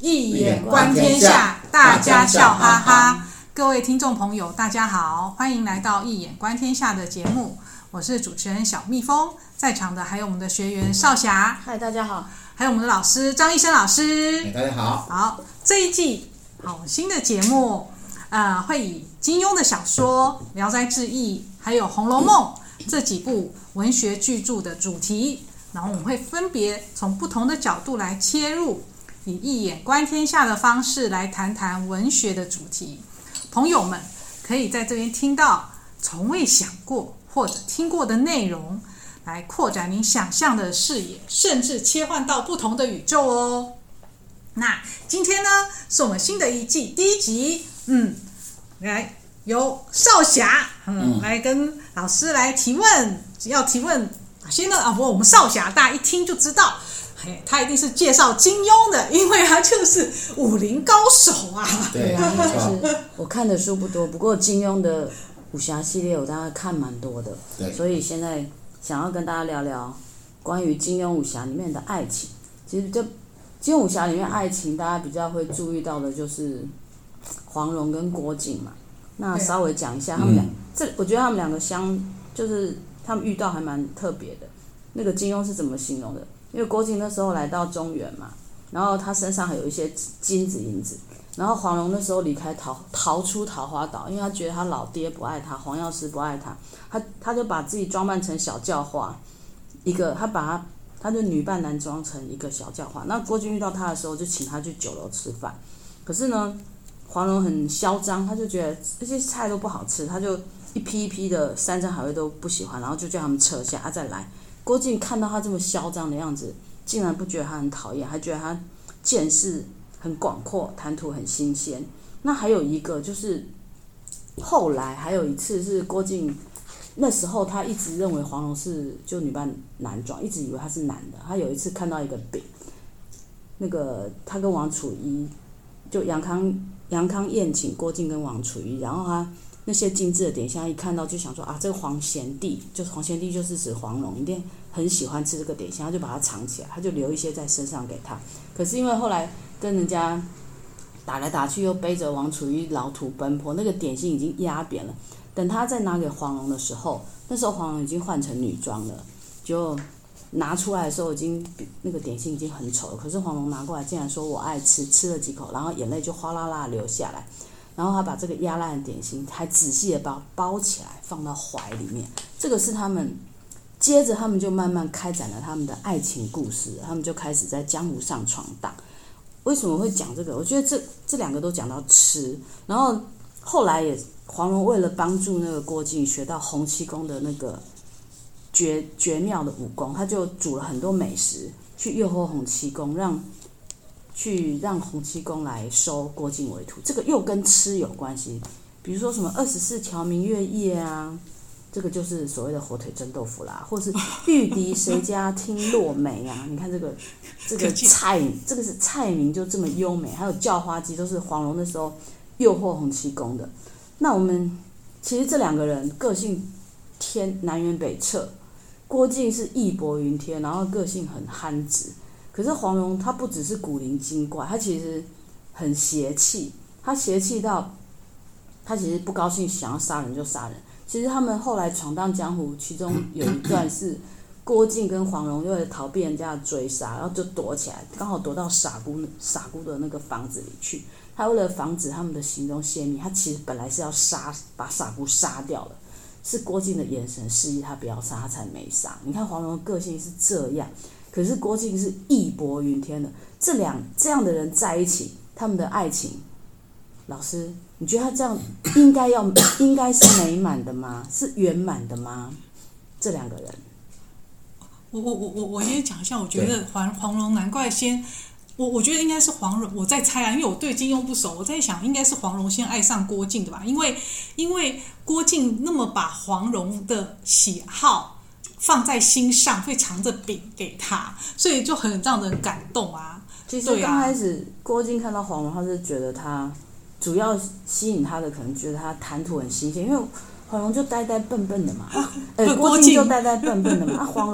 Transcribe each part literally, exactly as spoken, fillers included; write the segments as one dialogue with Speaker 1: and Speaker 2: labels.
Speaker 1: 一眼观天下，大家笑哈哈。各位听众朋友大家好，欢迎来到一眼观天下的节目，我是主持人小蜜蜂，在场的还有我们的学员少霞，
Speaker 2: 嗨，大家好，
Speaker 1: 还有我们的老师张医生老师，
Speaker 3: 大家好。
Speaker 1: 好，这一季好新的节目，呃，会以金庸的小说《聊斋志异》还有《红楼梦》这几部文学巨著的主题，然后我们会分别从不同的角度来切入，以一眼观天下的方式来谈谈文学的主题。朋友们可以在这边听到从未想过或者听过的内容，来扩展您想象的视野，甚至切换到不同的宇宙哦。那今天呢，是我们新的一季第一集，嗯，来由少侠，嗯，嗯来跟老师来提问，要提问哪些呢？啊，不过我们少侠大家一听就知道。他一定是介绍金庸的，因为他就是武林高手啊。
Speaker 2: 对啊，就是我看的书不多，不过金庸的武侠系列我大概看蛮多的，所以现在想要跟大家聊聊关于金庸武侠里面的爱情。其实就金庸武侠里面爱情，大家比较会注意到的就是黄蓉跟郭靖嘛。那稍微讲一下他们俩，嗯、这我觉得他们两个相就是他们遇到还蛮特别的。那个金庸是怎么形容的？因为郭靖那时候来到中原嘛，然后他身上还有一些金子银子，然后黄蓉那时候离开逃逃出桃花岛，因为他觉得他老爹不爱他，黄药师不爱他，他他就把自己装扮成小教化，一个他把他他就女扮男装成一个小教化。那郭靖遇到他的时候，就请他去酒楼吃饭，可是呢，黄蓉很嚣张，他就觉得这些菜都不好吃，他就一批一批的山珍海味都不喜欢，然后就叫他们撤下，啊再来。郭靖看到他这么嚣张的样子，竟然不觉得他很讨厌，还觉得他见识很广阔，谈吐很新鲜。那还有一个就是后来还有一次是郭靖，那时候他一直认为黄蓉是就女扮男装，一直以为他是男的。他有一次看到一个饼，那个他跟王楚瑜，就杨康杨康宴请郭靖跟王楚瑜，然后他那些精致的点心，一看到就想说啊，这个黄贤弟，就是黄贤弟就是指黄蓉，一定很喜欢吃这个点心，他就把它藏起来，他就留一些在身上给他。可是因为后来跟人家打来打去，又背着王楚瑜老土奔波，那个点心已经压扁了。等他再拿给黄蓉的时候，那时候黄蓉已经换成女装了，就拿出来的时候，已经那个点心已经很丑了。可是黄蓉拿过来，竟然说我爱吃，吃了几口，然后眼泪就哗啦啦流下来。然后他把这个压烂的点心还仔细的包包起来放到怀里面，这个是他们接着他们就慢慢开展了他们的爱情故事，他们就开始在江湖上闯荡。为什么会讲这个？我觉得这这两个都讲到吃，然后后来也黄蓉为了帮助那个郭靖学到洪七公的那个绝绝妙的武功，他就煮了很多美食去诱惑洪七公，让去让洪七公来收郭靖为徒，这个又跟吃有关系。比如说什么二十四条明月夜啊，这个就是所谓的火腿蒸豆腐啦，或是玉笛谁家听落梅啊，你看这个这个菜，这个是菜名就这么优美，还有叫花鸡都是黄蓉那时候诱惑洪七公的。那我们其实这两个人个性天南辕北辙，郭靖是义薄云天，然后个性很憨直。可是黄蓉她不只是古灵精怪，她其实很邪气，她邪气到她其实不高兴想要杀人就杀人。其实他们后来闯荡江湖，其中有一段是郭靖跟黄蓉为了逃避人家的追杀，然后就躲起来，刚好躲到傻姑傻姑的那个房子里去。他为了防止他们的行踪泄密，他其实本来是要杀把傻姑杀掉的，是郭靖的眼神示意他不要杀，他才没杀。你看黄蓉的个性是这样。可是郭靖是义薄云天的，这两这样的人在一起，他们的爱情，老师，你觉得他这样应该要应该是美满的吗？是圆满的吗？这两个人，
Speaker 1: 我我我我我先讲一下，我觉得黄黄蓉难怪先，我我觉得应该是黄蓉，我在猜啊，因为我对金庸不熟，我在想应该是黄蓉先爱上郭靖的吧，因为因为郭靖那么把黄蓉的喜好放在心上，会藏着饼给他，所以就很让人感动啊。
Speaker 2: 其实刚开始、啊、郭靖看到黄蓉，他是觉得他主要吸引他的，可能觉得他谈吐很新鲜，因为黄蓉就呆呆笨笨的嘛，啊、呃，郭靖就呆呆笨笨的嘛，啊，黄蓉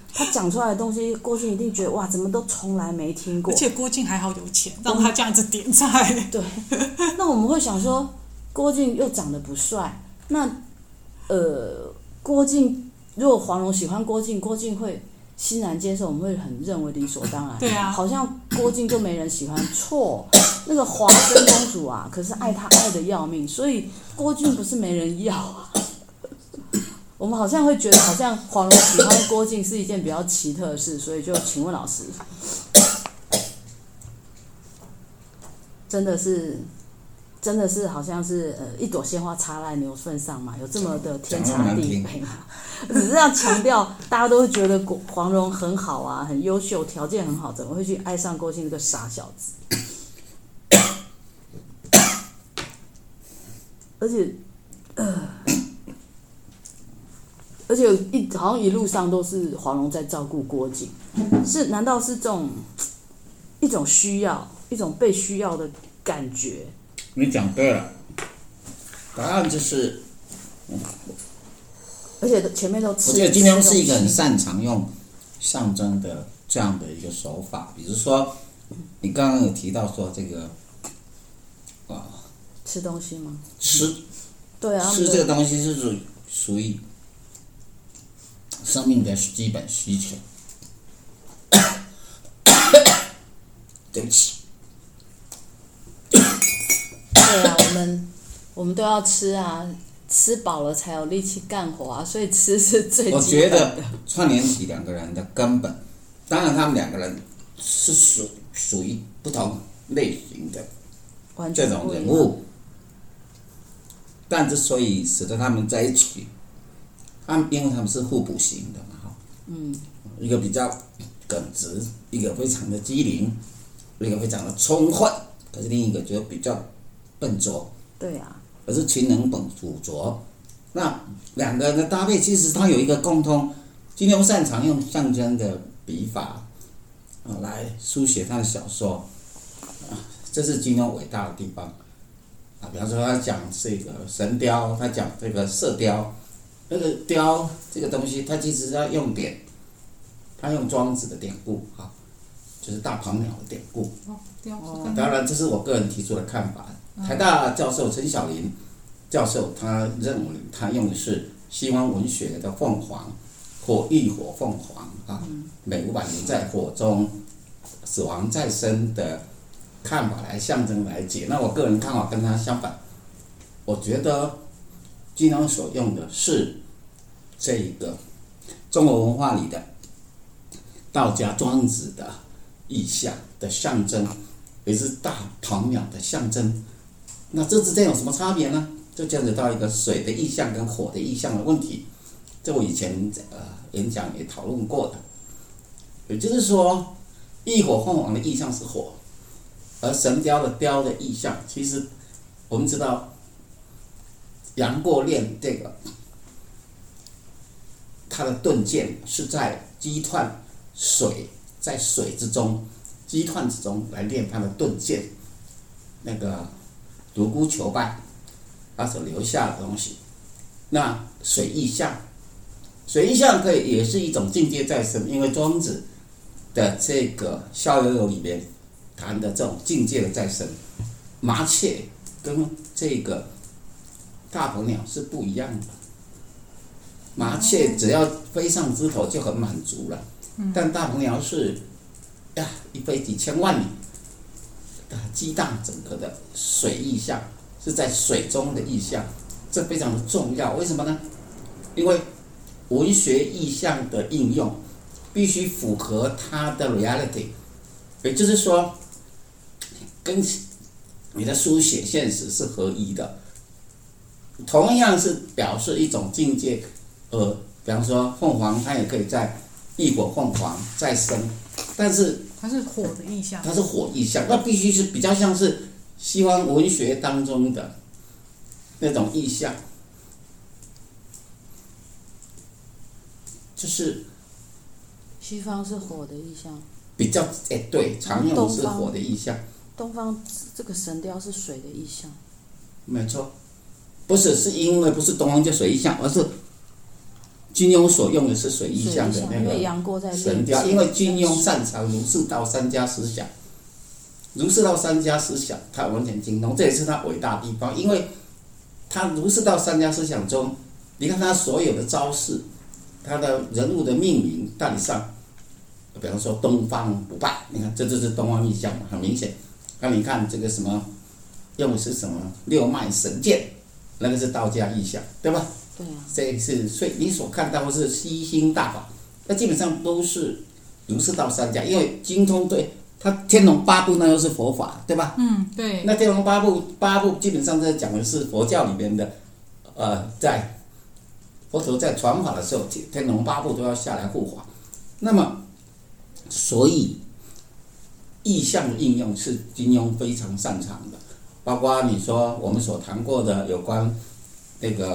Speaker 2: 他讲出来的东西，郭靖一定觉得哇，怎么都从来没听过。
Speaker 1: 而且郭靖还好有钱，让他这样子点菜。
Speaker 2: 对，那我们会想说，郭靖又长得不帅，那呃，郭靖如果黄蓉喜欢郭靖，郭靖会欣然接受，我们会很认为理所当然。
Speaker 1: 对啊，
Speaker 2: 好像郭靖就没人喜欢，错。那个华珍公主啊，可是爱他爱的要命，所以郭靖不是没人要啊。我们好像会觉得，好像黄蓉喜欢郭靖是一件比较奇特的事，所以就请问老师，真的是，真的是好像是呃一朵鲜花插在牛粪上嘛？有这么的天差地别吗？只是要强调，大家都会觉得黄蓉很好啊，很优秀，条件很好，怎么会去爱上郭靖这个傻小子？而且，呃，而且一好像一路上都是黄蓉在照顾郭靖，是难道是这种一种需要，一种被需要的感觉？
Speaker 3: 你讲对了，答案就是，嗯、
Speaker 2: 而且前面都吃。
Speaker 3: 我觉得金庸是一个很擅长用象征的这样的一个手法，比如说，你刚刚有提到说这个，啊。
Speaker 2: 吃东西吗？
Speaker 3: 吃，
Speaker 2: 对啊，
Speaker 3: 吃这个东西是属属于生命的基本需求。对不起。
Speaker 2: 对啊，我们我们都要吃啊，吃饱了才有力气干活啊，所以吃是最基本的。
Speaker 3: 我觉得串联起两个人的根本，当然他们两个人是属属于不同类型的这种人物。但之所以使得他们在一起，他们因为他们是互补型的嘛，嗯，一个比较耿直，一个非常的机灵，一个非常的聪慧，可是另一个就比较笨拙，
Speaker 2: 对啊，
Speaker 3: 而是勤能补拙。那两个人的搭配，其实它有一个共通，金庸擅长用象征的笔法，啊，来书写他的小说，啊，这是金庸伟大的地方。啊，比方说他讲这个神雕，他讲这个射雕，那个雕这个东西，他其实要用典，他用庄子的典故啊，就是大鹏鸟的典故。
Speaker 1: 哦，雕。
Speaker 3: 当然，这是我个人提出的看法。台大教授陈晓林教授他认为他用的是西方文学的凤凰或浴火凤凰啊，每五百年在火中死亡再生的看法来象征来解。那我个人看法跟他相反，我觉得金庸所用的是这个中国文化里的道家庄子的意象的象征，也是大鹏鸟的象征。那这之间有什么差别呢？就牵扯到一个水的意象跟火的意象的问题，这我以前呃演讲也讨论过的。也就是说，浴火凤凰的意象是火，而神雕的雕的意象，其实我们知道杨过练这个他的盾剑是在击断水，在水之中击断之中来练他的盾剑，那个独孤求败他所留下的东西。那水意象，水意象可以也是一种境界再生，因为庄子的这个《逍遥游》里面谈的这种境界的再生，麻雀跟这个大鹏鸟是不一样的。麻雀只要飞上枝头就很满足了，但大鹏鸟是呀一飞几千万里，激荡整个的水意象，是在水中的意象，这非常的重要。为什么呢？因为文学意象的应用必须符合它的 reality， 也就是说跟你的书写现实是合一的。同样是表示一种境界，呃，比方说凤凰它也可以在浴火凤凰再生，但是
Speaker 1: 它是火的意象，
Speaker 3: 它是火意象，那必须是比较像是西方文学当中的那种意象，就是
Speaker 2: 西方是火的意象，
Speaker 3: 比较哎对，常用是火的意象。
Speaker 2: 东方这个神雕是水的意象，没
Speaker 3: 错，不是是因为不是东方就水意象，而是金庸所用的是水意象的那
Speaker 2: 因为
Speaker 3: 个
Speaker 2: 杨过在
Speaker 3: 神雕，因为金庸擅长儒释道三家思想，儒释道三家思想他完全精通，这也是他伟大的地方。因为他儒释道三家思想中，你看他所有的招式，他的人物的命名，大体上，比方说东方不败，你看这就是东方意象嘛，很明显。那你看这个什么，用的是什么六脉神剑，那个是道家意象，对吧？
Speaker 2: 对啊。
Speaker 3: 这是所以你所看到的是吸星大法，那基本上都是儒释道三家，因为精通对它天龙八部那又是佛法，对吧？
Speaker 1: 嗯，对。
Speaker 3: 那天龙八部八部基本上在讲的是佛教里面的，呃，在佛陀在传法的时候，天龙八部都要下来护法。那么，所以意象的应用是金庸非常擅长的，包括你说我们所谈过的有关那个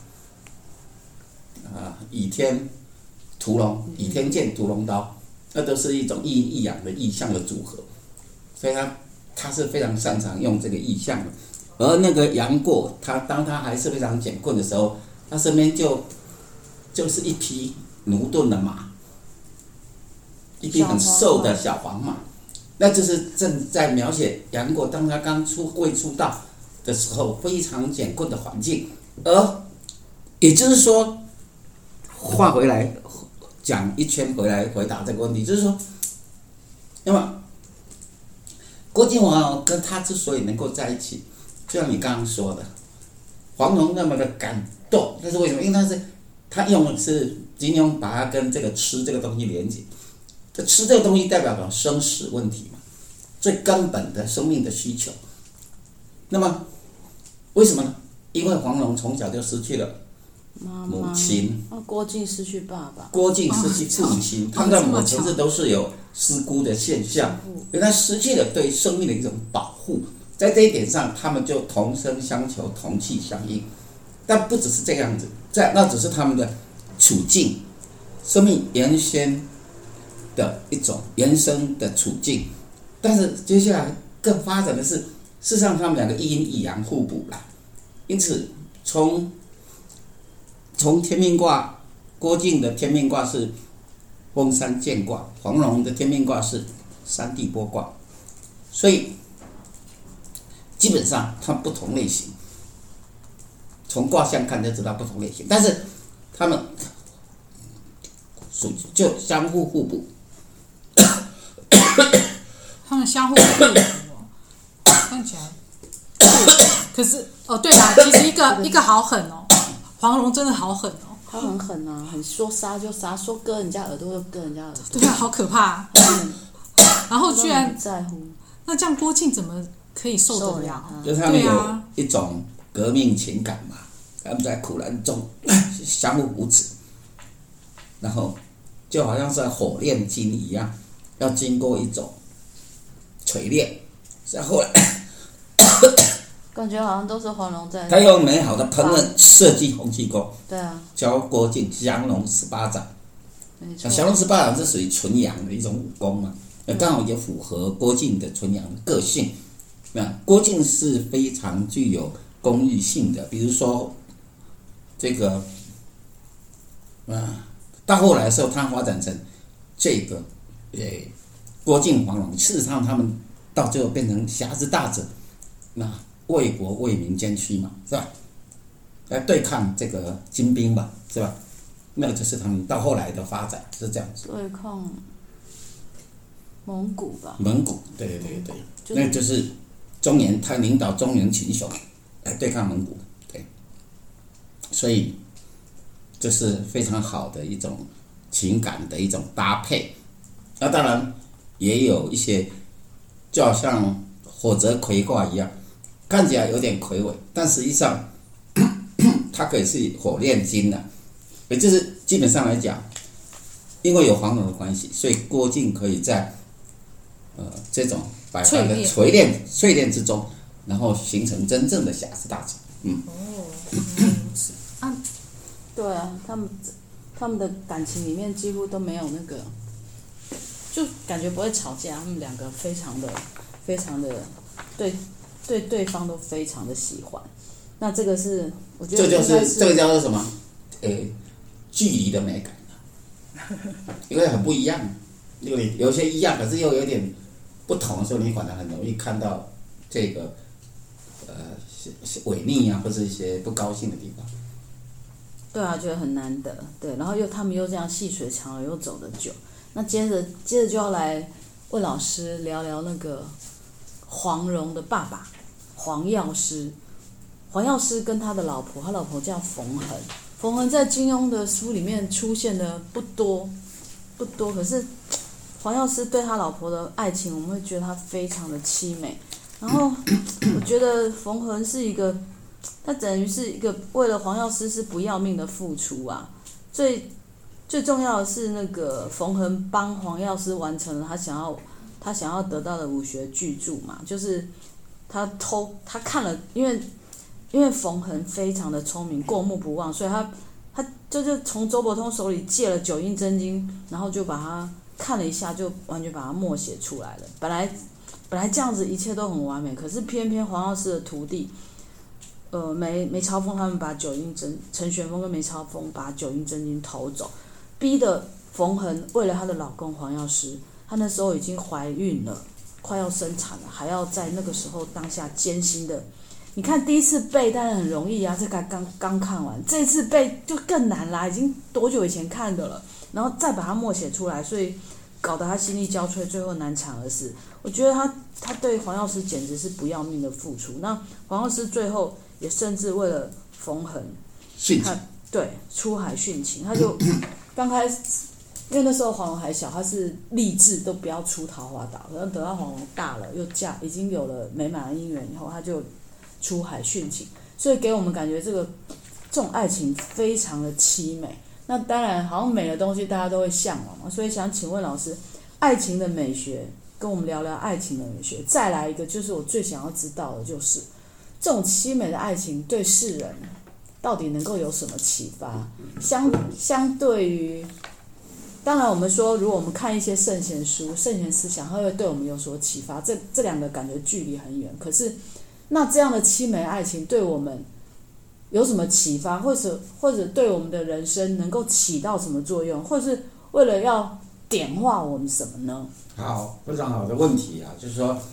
Speaker 3: 啊倚天屠龙、倚天剑、屠龙刀，那都是一种一阴一阳的意象的组合，所以他他是非常擅长用这个意象的。而那个杨过，他当他还是非常简困的时候，他身边就就是一匹驽钝的马，一匹很瘦的小黄马，那就是正在描写杨过当他刚出未出道的时候非常简困的环境。而也就是说，话回来讲一圈回来回答这个问题，就是说，那么郭靖王跟他之所以能够在一起，就像你刚刚说的，黄蓉那么的感动，那是为什么？因为他是他用的是金庸把它跟这个吃这个东西连接，这吃这个东西代表了生死问题嘛，最根本的生命的需求。那么为什么呢？因为黄蓉从小就失去了母亲，
Speaker 2: 妈妈郭靖失去爸爸，
Speaker 3: 郭靖失去父亲，他们在某层次都是有失孤的现象，因为他失去了对生命的一种保护。在这一点上，他们就同声相求，同气相应。但不只是这样子，在那只是他们的处境，生命原先的一种原生的处境。但是接下来更发展的是，事实上他们两个一阴一阳互补啦。因此，从从天命卦，郭靖的天命卦是封山见卦，黄蓉的天命卦是山地波卦，所以基本上它不同类型，从卦象看就知道不同类型，但是他们属就相互互补。
Speaker 1: 他们相互互补，看起来。可是哦，对啦，其实一个一个好狠哦，黄蓉真的好狠哦。
Speaker 2: 他很狠啊，很说杀就杀，说割人家耳朵就割人家耳朵。
Speaker 1: 对啊，好可怕。然后居然
Speaker 2: 在乎，
Speaker 1: 那这样郭靖怎么可以受得了？
Speaker 3: 就是他们有一种革命情感嘛，他们在苦难中相互扶持，然后就好像是火炼金一样，要经过一种锤炼，然后
Speaker 2: 感觉好像都是黄蓉在。
Speaker 3: 他用美好的烹饪设计洪七公，
Speaker 2: 对啊，
Speaker 3: 教郭靖降龙十八掌。
Speaker 2: 没错。
Speaker 3: 降龙十八掌是属于纯阳的一种武功嘛，那刚好也符合郭靖的纯阳的个性。那郭靖是非常具有攻击性的，比如说这个，啊，到后来的时候，他发展成这个，呃，郭靖黄蓉，事实上他们到最后变成侠之大者，那为国为民捐躯嘛，是吧？来对抗这个金兵吧，是吧？那个就是他们到后来的发展是这样子。
Speaker 2: 对抗蒙古吧。
Speaker 3: 蒙古，对对对对，
Speaker 2: 就是、
Speaker 3: 那就是中原，他领导中原群雄来对抗蒙古，对，所以这是非常好的一种情感的一种搭配。那当然也有一些，就好像火泽葵卦一样，看起来有点魁伟，但实际上它可以是火炼金的，也就是基本上来讲，因为有黄蓉的关系，所以郭靖可以在呃这种百般的锤炼淬炼之中，然后形成真正的侠之大者。嗯。
Speaker 1: 哦，嗯啊，
Speaker 2: 对啊，他们他们的感情里面几乎都没有那个，就感觉不会吵架，他们两个非常的非常的对对对方都非常的喜欢。那这个是我觉得
Speaker 3: 这就是这个叫做什么？诶， 距离的美感了，因为很不一样，因为有些一样，可是又有点不同的时候，你反而很容易看到这个呃违逆啊，或是一些不高兴的地方。
Speaker 2: 对啊，觉得很难得，对，然后又他们又这样细水长流，又走得久。那接着接着就要来魏老师聊聊那个黄蓉的爸爸黄药师。黄药师跟他的老婆，他老婆叫冯衡。冯衡在金庸的书里面出现的不多不多，可是黄药师对他老婆的爱情，我们会觉得他非常的凄美。然后我觉得冯衡是一个，他等于是一个为了黄药师是不要命的付出啊。最最重要的是那个冯衡帮黄药师完成了他想要他想要得到的武学巨著嘛，就是他偷他看了，因为因为冯衡非常的聪明，过目不忘，所以他他就是从周伯通手里借了九阴真经，然后就把它看了一下，就完全把它默写出来了。本来本来这样子一切都很完美，可是偏偏黄药师的徒弟，呃梅梅超风他们把九阴真陈玄风跟梅超风把九阴真经偷走，逼得冯衡为了她的老公黄药师，她那时候已经怀孕了，快要生产了，还要在那个时候当下艰辛的。你看第一次背当然很容易啊，这个刚刚看完，这次背就更难啦，已经多久以前看的了，然后再把它默写出来，所以搞得他心力交瘁，最后难产而死。我觉得他他对黄药师简直是不要命的付出。那黄药师最后也甚至为了冯衡，他对出海殉情，他就刚开始，因为那时候黄蓉还小，他是立志都不要出桃花岛，然后等到黄蓉大了，又嫁，已经有了美满的姻缘以后，他就出海殉情，所以给我们感觉这个这种爱情非常的凄美。那当然，好像美的东西大家都会向往嘛，所以想请问老师，爱情的美学，跟我们聊聊爱情的美学。再来一个，就是我最想要知道的，就是这种凄美的爱情对世人到底能够有什么启发？相相对于，当然我们说，如果我们看一些圣贤书、圣贤思想，它会对我们有所启发。这这两个感觉距离很远，可是那这样的凄美爱情对我们有什么启发，或者或者对我们的人生能够起到什么作用，或是为了要点化我们什么呢？
Speaker 3: 好，非常好的问题啊，就是说，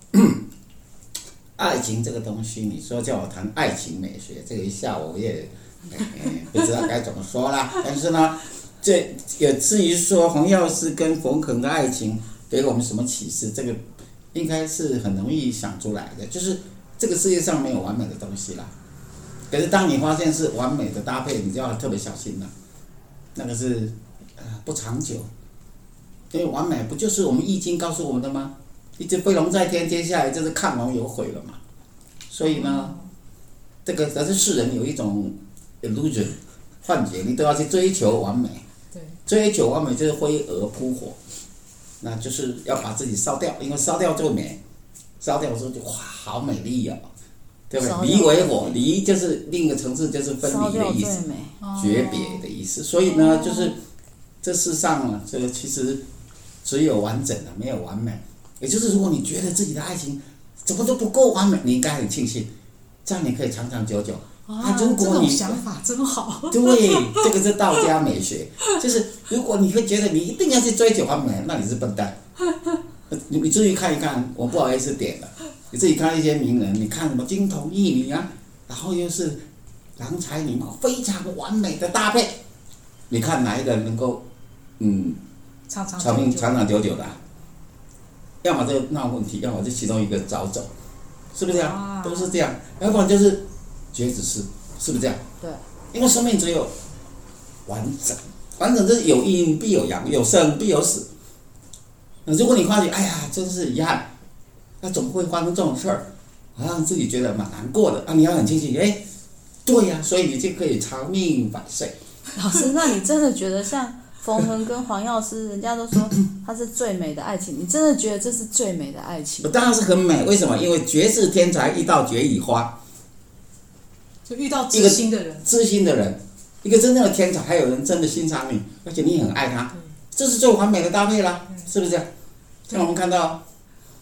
Speaker 3: 爱情这个东西，你说叫我谈爱情美学，这个一下我也、哎哎、不知道该怎么说啦。但是呢，这也至于说黄药师跟冯衡的爱情给我们什么启示，这个应该是很容易想出来的，就是这个世界上没有完美的东西啦。可是当你发现是完美的搭配，你就要特别小心了，那个是、呃、不长久。因为完美不就是我们易经告诉我们的吗？一只飞龙在天，接下来就是亢龙有悔了嘛。所以呢，这个可是世人有一种 illusion 幻觉，你都要去追求完美。
Speaker 1: 对，
Speaker 3: 追求完美就是飞蛾扑火，那就是要把自己烧掉，因为烧掉最美，烧掉的时候就哇，好美丽哦。对不对？离为火，离就是另一个层次，就是分离的意思，诀别的意思。所以呢，就是这世上啊，这个其实只有完整的，没有完美。也就是如果你觉得自己的爱情怎么都不够完美，你应该很庆幸，这样你可以长长久久。
Speaker 1: 啊，如果你这种想法真好。
Speaker 3: 对，这个是道家美学，就是如果你会觉得你一定要去追求完美，那你是笨蛋。你你注意看一看，我不好意思点了。你自己看一些名人，你看什么金童玉女啊，然后又是郎才女貌，非常完美的搭配，你看哪一个能够嗯
Speaker 1: 长长
Speaker 3: 长命长长久久的、啊？要么就闹问题，要么就其中一个早走，是不是这样？都是这样，要不然就是绝子式，是不是这样？
Speaker 2: 对，
Speaker 3: 因为生命只有完整，完整就是有阴必有阳，有生必有死。如果你发觉，哎呀，真是遗憾。那怎么会发生这种事儿？好像自己觉得蛮难过的啊！你要很庆幸，哎，对呀、啊，所以你就可以长命百岁。
Speaker 2: 老师，那你真的觉得像冯衡跟黄药师，人家都说他是最美的爱情，你真的觉得这是最美的爱情？
Speaker 3: 当然是很美，为什么？因为绝世天才遇到绝已花，
Speaker 1: 就遇到知心的人，
Speaker 3: 知心的人，一个真正的天才，还有人真的欣赏你，而且你很爱他，这是最完美的搭配啦，是不是这样？像我们看到。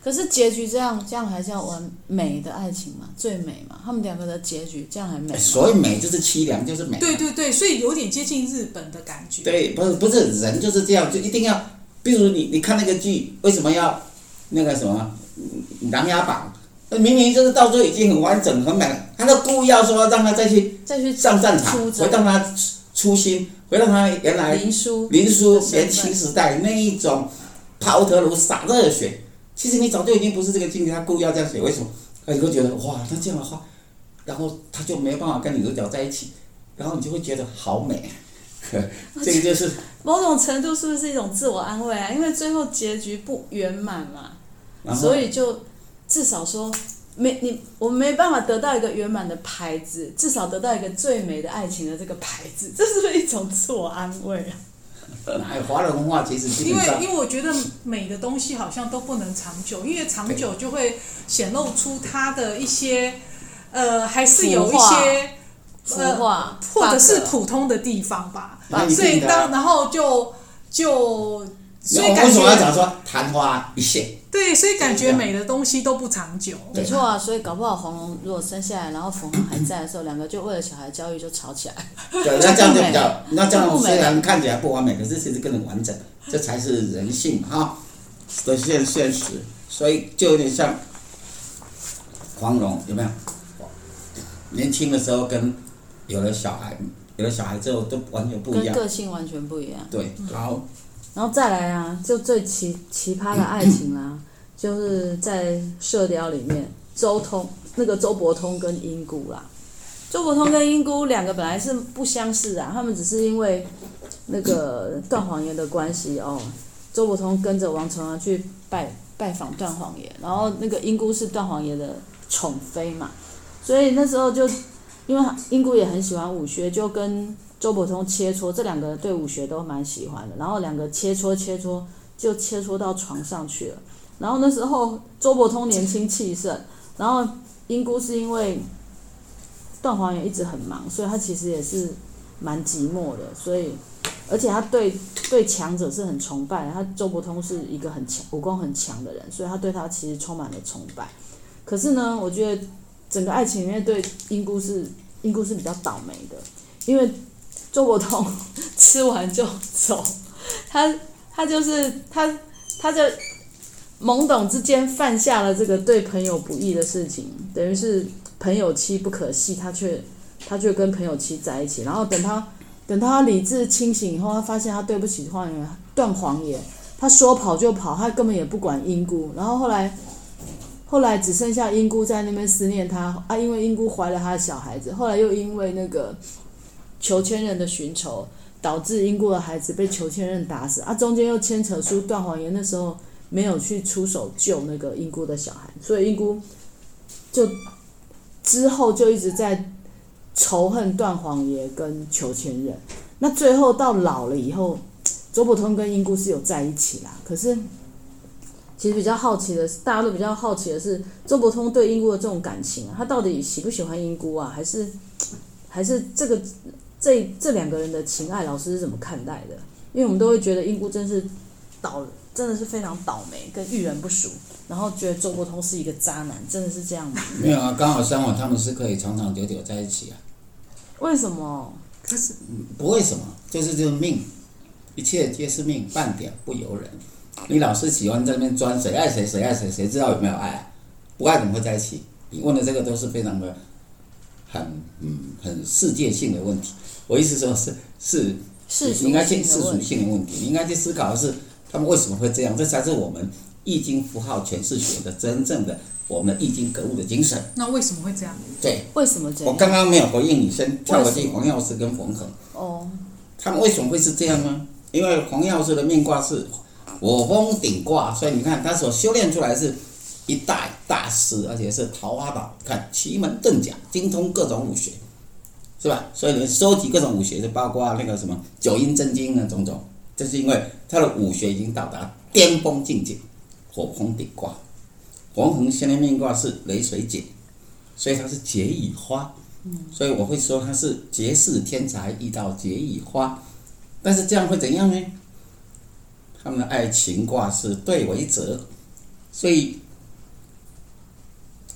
Speaker 2: 可是结局这样，这样还叫完美的爱情嘛？最美嘛？他们两个的结局这样还美吗？
Speaker 3: 所谓美就是凄凉，就是美。
Speaker 1: 对对对，所以有点接近日本的感觉。
Speaker 3: 对，不是不是人就是这样，就一定要，比如你你看那个剧，为什么要那个什么《琅琊榜》？那明明就是到最后已经很完整很美了，他都故意要说让他再去
Speaker 2: 再去
Speaker 3: 上战场，回到他初心，回到他原来
Speaker 2: 林殊
Speaker 3: 林殊年轻时代那一种抛头颅洒热血。其实你早就已经不是这个境界，他故意要这样写，为什么？他就会觉得哇，那这样的话，然后他就没有办法跟女主角在一起，然后你就会觉得好美。这个就是
Speaker 2: 某种程度是不是一种自我安慰啊？因为最后结局不圆满嘛，所以就至少说没你，我们没办法得到一个圆满的牌子，至少得到一个最美的爱情的这个牌子，这是不是一种自我安慰啊？
Speaker 3: 哪有华人文化其实基
Speaker 1: 因
Speaker 3: 本上，
Speaker 1: 为因为我觉得美的东西好像都不能长久，因为长久就会显露出它的一些呃，还是有一些
Speaker 2: 呃，
Speaker 1: 或者是普通的地方吧。所以当然后就就所以感觉
Speaker 3: 为什么要讲说昙花一现？
Speaker 1: 对，所以感觉美的东西都不长久。
Speaker 2: 没错啊，所以搞不好红龙如果生下来，然后冯恒还在的时候，两个就为了小孩教育就吵起来。
Speaker 3: 对，那这样就比较，那这样虽然看起来不完美，可是其实更完整，这才是人性哈的现现实。所以就有点像黄蓉，有没有？年轻的时候跟有了小孩，有了小孩之后都完全不一样，
Speaker 2: 跟个性完全不一样。
Speaker 3: 对，好。
Speaker 2: 然后再来啊，就最奇奇葩的爱情啦、啊，就是在《射雕》里面，周通那个周伯通跟英姑啦，周伯通跟英姑两个本来是不相识啊，他们只是因为那个段皇爷的关系哦，周伯通跟着王重阳去拜拜访段皇爷，然后那个英姑是段皇爷的宠妃嘛，所以那时候就因为英姑也很喜欢武学，就跟周伯通切磋，这两个对武学都蛮喜欢的，然后两个切磋切磋就切磋到床上去了。然后那时候周伯通年轻气盛，然后英姑是因为段皇爷一直很忙，所以他其实也是蛮寂寞的，所以而且他对对强者是很崇拜的，他周伯通是一个很强武功很强的人，所以他对他其实充满了崇拜。可是呢，我觉得整个爱情里面对英姑是英姑是比较倒霉的，因为周伯通吃完就走，他他就是他他就懵懂之间犯下了这个对朋友不义的事情，等于是朋友妻不可戏，他却他却跟朋友妻在一起，然后等他等他理智清醒以后，他发现他对不起段爷段皇爷，他说跑就跑，他根本也不管英姑，然后后来后来只剩下英姑在那边思念他啊，因为英姑怀了他的小孩子，后来又因为那个裘千仞的寻仇，导致英姑的孩子被裘千仞打死啊，中间又牵扯出段皇爷那时候没有去出手救那个英姑的小孩，所以英姑就之后就一直在仇恨段皇爷跟裘千仞。那最后到老了以后，周伯通跟英姑是有在一起啦，可是其实比较好奇的是，大家都比较好奇的是，周伯通对英姑的这种感情啊，他到底喜不喜欢英姑啊？还是还是这个这这两个人的情爱，老师是怎么看待的？因为我们都会觉得英姑真是倒，真的是非常倒霉，跟遇人不淑，然后觉得周伯通是一个渣男，真的是这样吗？
Speaker 3: 没有啊，刚好相反，他们是可以长长久久在一起啊。
Speaker 2: 为什么？
Speaker 1: 可是
Speaker 3: 不为什么，就是这个命，一切皆是命，半点不由人。你老是喜欢在那边钻谁爱谁，谁爱谁，谁知道有没有爱啊？不爱怎么会在一起？你问的这个都是非常的很嗯很世界性的问题。我意思说是是你应该去世俗性的问题，你应该去思考的是他们为什么会这样，这才是我们易经符号诠释学的真正的我们易经格物的精神。
Speaker 1: 那为什么会这样？
Speaker 3: 对，
Speaker 2: 为什么这样？
Speaker 3: 我刚刚没有回应你，先跳回去黄药师跟冯衡。
Speaker 2: 哦，
Speaker 3: 他们为什么会是这样呢？因为黄药师的命卦是火风鼎卦，所以你看他所修炼出来是一代大师，而且是桃花岛，看奇门遁甲，精通各种武学，是吧？所以你收集各种武学，就包括那个什么九阴真经啊种种，这是因为他的武学已经到达巅峰境界。火风鼎卦，冯衡先天命卦是雷水井，所以他是结以花，所以我会说他是结识天才遇到结以花。但是这样会怎样呢？他们的爱情卦是对为泽，所以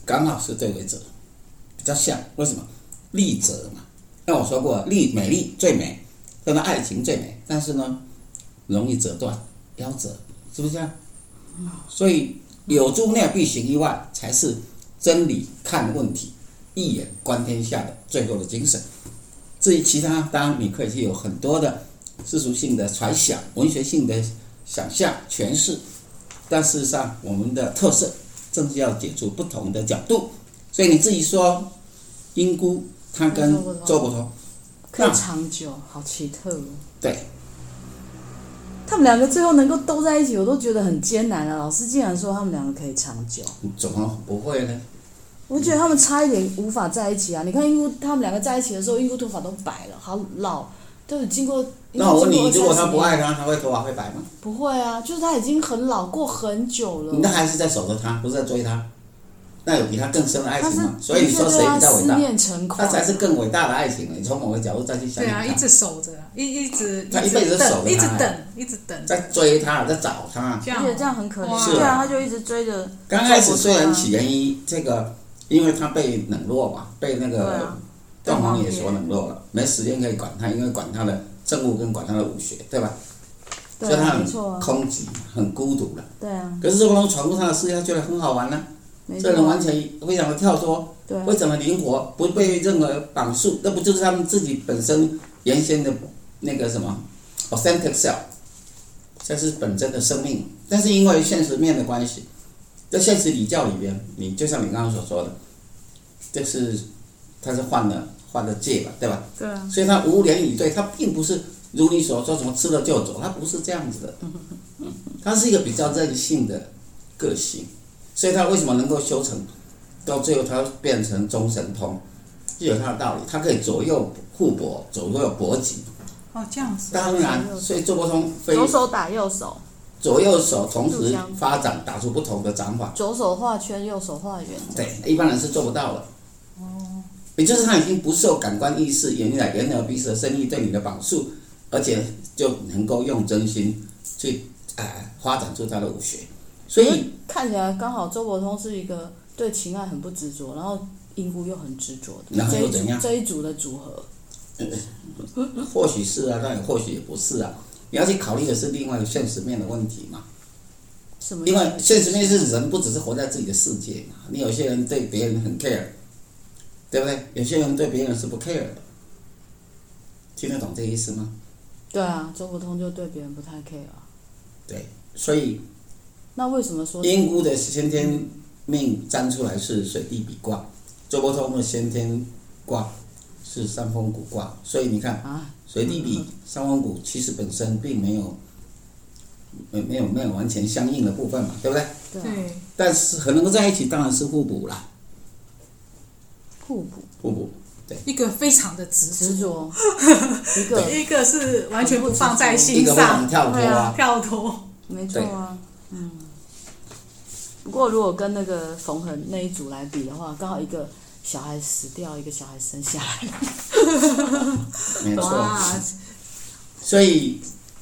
Speaker 3: 刚好是对为者，比较像。为什么？丽者嘛。那我说过，丽美丽最美，跟她爱情最美，但是呢，容易折断，夭折，是不是这样？所以有诸内必行以外，才是真理看问题、一眼观天下的最后的精神。至于其他，当然你可以去有很多的世俗性的揣想、文学性的想象、诠释，但事实上，我们的特色正是要解出不同的角度。所以你自己说，英姑她跟周伯通
Speaker 2: 可以长久，好奇特哦。
Speaker 3: 对。
Speaker 2: 他们两个最后能够斗在一起，我都觉得很艰难了。老师竟然说他们两个可以长久，
Speaker 3: 怎么不会呢？
Speaker 2: 我觉得他们差一点无法在一起啊！你看英姑他们两个在一起的时候，英姑头发都白了，好老，都是经过。
Speaker 3: 那我问你，如果他不爱他，他会头发会白吗？
Speaker 2: 不会啊，就是他已经很老，过很久了。
Speaker 3: 你那还是在守着他，不是在追他。那有比他更深的爱情吗？所以你说谁比较伟大？他才是更伟大的爱情。你从某个角度再去想想。
Speaker 1: 对啊，一直守着，一一直
Speaker 3: 他一辈子守着他，
Speaker 1: 一直等，一直等，
Speaker 3: 在追他，在找他。
Speaker 2: 这样，而且这样很可怜。
Speaker 3: 是
Speaker 2: 对啊，他就一直追着。
Speaker 3: 刚开始虽然起源于这个，因为他被冷落嘛，被那个段王爷所冷落了，没时间可以管他，因为管他的政务跟管他的武学，对吧？所以他很空寂，很孤独了。
Speaker 2: 对啊。
Speaker 3: 可是周伯通闯入他的世界，他觉得很好玩呢。这人完全非常的跳脱，非常的灵活，不被任何绑束，那不就是他们自己本身原先的那个什么 authentic self， 这是本真的生命。但是因为现实面的关系，在现实礼教里边，你就像你刚刚所说的，就是他是犯了犯了戒吧，对吧？
Speaker 2: 对啊。
Speaker 3: 所以他无言以对，他并不是如你所说什么吃了就走，他不是这样子的，他是一个比较任性的个性。所以他为什么能够修成，到最后他变成中神通，就有他的道理。他可以左右互搏，左右搏击。
Speaker 1: 哦，这样子。
Speaker 3: 当然，所以周伯通非
Speaker 2: 左手打右手，
Speaker 3: 左右手同时发展，打出不同的掌法。
Speaker 2: 左手画圈，右手画圆。
Speaker 3: 对，一般人是做不到的。哦。也就是他已经不受感官意识、眼来眼耳鼻舌身意对你的绑束，而且就能够用真心去呃发展出他的武学。所以
Speaker 2: 看起来刚好周伯通是一个对情爱很不执着，然后英姑又很执着的，
Speaker 3: 然后又怎样？
Speaker 2: 这一组的组合，
Speaker 3: 或许是啊，但也或许也不是啊。你要去考虑的是另外一个现实面的问题嘛。
Speaker 2: 什么？
Speaker 3: 因为现实面是人不只是活在自己的世界嘛，你有些人对别人很 care， 对不对？有些人对别人是不 care 的，听得懂这个意思吗？
Speaker 2: 对啊，周伯通就对别人不太 care 啊。
Speaker 3: 对，所以。
Speaker 2: 那为什么说
Speaker 3: 英姑的先天命占出来是水地比卦，周伯通的先天卦是三风谷卦，所以你看，水地比、三风谷其实本身并没有没没有没有完全相应的部分嘛，对不对？
Speaker 2: 对。
Speaker 3: 但是很能够在一起，当然是互补啦。
Speaker 2: 互补。
Speaker 3: 互补。对。
Speaker 1: 一个非常的执
Speaker 2: 着，一个
Speaker 1: 一个是完全不放在心上，
Speaker 3: 一个非常跳脱啊，
Speaker 1: 跳脱。
Speaker 2: 没错啊，嗯。不过，如果跟那个冯恒那一组来比的话，刚好一个小孩死掉，一个小孩生下来，
Speaker 3: 没错。所以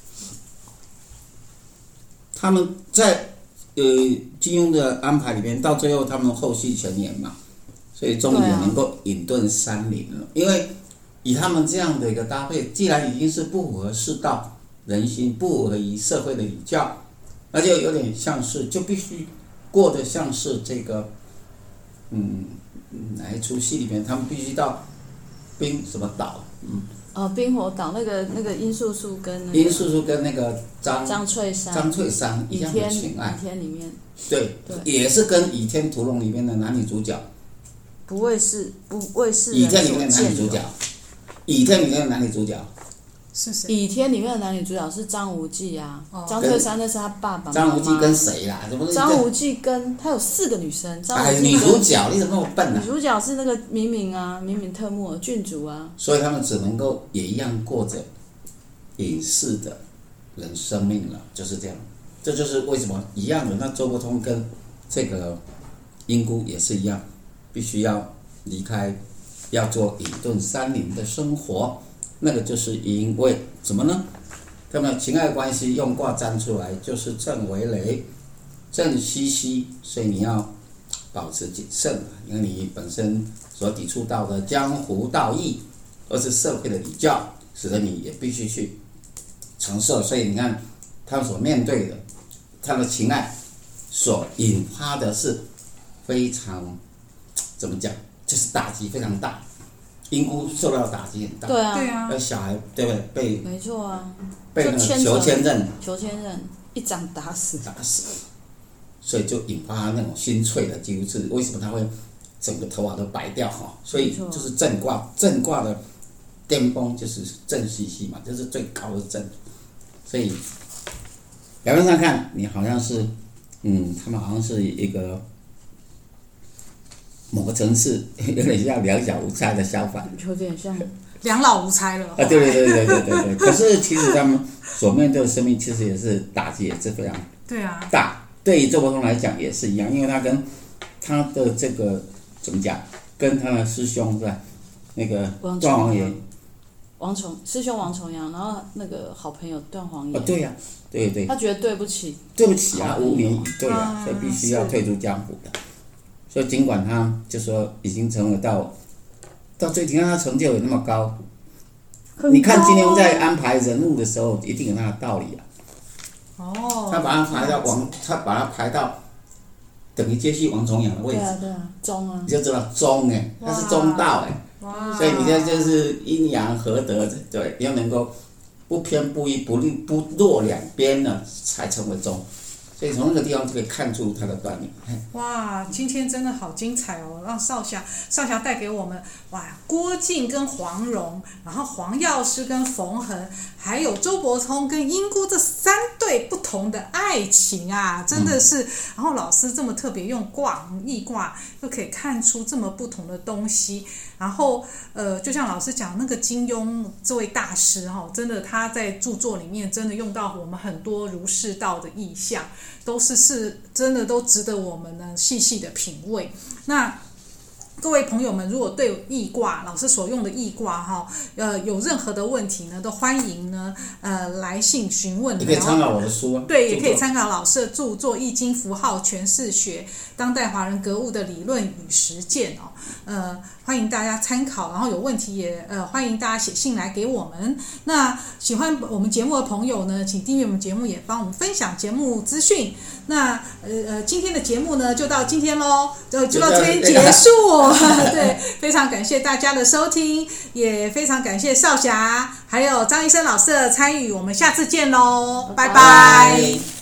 Speaker 3: 他们在呃金庸的安排里面，到最后他们后续全演嘛，所以终于也能够隐遁山林了。因为以他们这样的一个搭配，既然已经是不符合世道人心，不符合于社会的礼教，而且有点像是就必须。过得像是这个，嗯，哪一出戏里面，他们必须到冰什么岛，嗯，
Speaker 2: 哦，冰火岛那个那个殷素素跟那个
Speaker 3: 殷素素跟那个张
Speaker 2: 张翠山
Speaker 3: 张翠山一样的情爱，
Speaker 2: 倚天里面，
Speaker 3: 对，
Speaker 2: 对，
Speaker 3: 也是跟《倚天屠龙》里面的男女主角，
Speaker 2: 不为世不为世人
Speaker 3: 倚天里面的男女主角，倚天里面的男女主角。
Speaker 1: 是谁？
Speaker 2: 倚天里面的男女主角是张无忌啊，哦、张翠山那是他爸爸妈妈。
Speaker 3: 张无忌跟谁啦？怎么？
Speaker 2: 张无忌跟他有四个女生。张无忌
Speaker 3: 哎，女主角你怎么那么笨呢、啊？
Speaker 2: 女主角是那个明明啊，明明特木尔郡主啊。
Speaker 3: 所以他们只能够也一样过着隐世的人生命了，就是这样。这就是为什么一样的。那周伯通跟这个英姑也是一样，必须要离开，要做隐遁山林的生活。那个就是因为什么呢？他们情爱关系用卦占出来就是震为雷，震兮兮，所以你要保持谨慎，因为你本身所抵触到的江湖道义，而是社会的礼教，使得你也必须去承受。所以你看，他们所面对的，他的情爱所引发的是非常怎么讲，就是打击非常大。英姑受到打击很大，
Speaker 2: 对啊，
Speaker 1: 对啊，
Speaker 3: 而小孩对不对？被
Speaker 2: 没错啊，
Speaker 3: 被那个求签刃，
Speaker 2: 求签刃一掌打死，
Speaker 3: 打死，所以就引发那种心碎的，几乎是为什么他会整个头发都白掉哈？所以就是正卦，正卦的巅峰就是正西西嘛，就是最高的正，所以表面上看你好像是，嗯，他们好像是一个某个层次有点像两小无猜的相反，
Speaker 2: 有点像
Speaker 1: 两老无猜了。
Speaker 3: 啊，对对对对对对对。可是其实他们所面对的生命，其实也是打击，也是非常
Speaker 1: 对啊
Speaker 3: 大。对于周伯通来讲也是一样，因为他跟他的这个怎么讲，跟他的师兄是吧？那个段王爷，
Speaker 2: 王重师兄王重阳，然后那个好朋友段黄爷，
Speaker 3: 啊，对呀、啊，对对，
Speaker 2: 他觉得对不起，
Speaker 3: 对不起啊，无年以对啊，所以必须要退出江湖的。所以尽管他就说已经成为到到最近他成就有那么高，你看金庸在安排人物的时候，一定有他的道理啊。
Speaker 1: 哦，
Speaker 3: 他把他排到王，他把他排到等于接续王重阳的位置。
Speaker 2: 对啊对啊，中啊，
Speaker 3: 你就知道中哎，他是中道哎，所以你现在就是阴阳合得，对，要能够不偏不倚、不立不落两边呢，才成为中。所以从那个地方就可以看出他的端倪。
Speaker 1: 哇，今天真的好精彩哦！让少侠少侠带给我们哇，郭靖跟黄蓉，然后黄药师跟冯衡，还有周伯通跟英姑这三对不同的爱情啊，真的是。嗯、然后老师这么特别用卦易卦，又可以看出这么不同的东西。然后呃，就像老师讲那个金庸这位大师哈、哦，真的他在著作里面真的用到我们很多儒释道的意象。都是是真的都值得我们呢细细的品味。那各位朋友们，如果对易卦老师所用的易卦哈，呃有任何的问题呢，都欢迎呢呃来信询问。
Speaker 3: 也可以参考我的书啊。
Speaker 1: 对，也可以参考老师的著作《易经符号诠释学：当代华人格物的理论与实践》哦。呃，欢迎大家参考，然后有问题也呃欢迎大家写信来给我们。那喜欢我们节目的朋友呢，请订阅我们节目，也帮我们分享节目资讯。那呃呃，今天的节目呢就到今天喽，就就到这边结束。对，非常感谢大家的收听，也非常感谢少侠还有张医生老师的参与，我们下次见喽，拜拜。拜拜。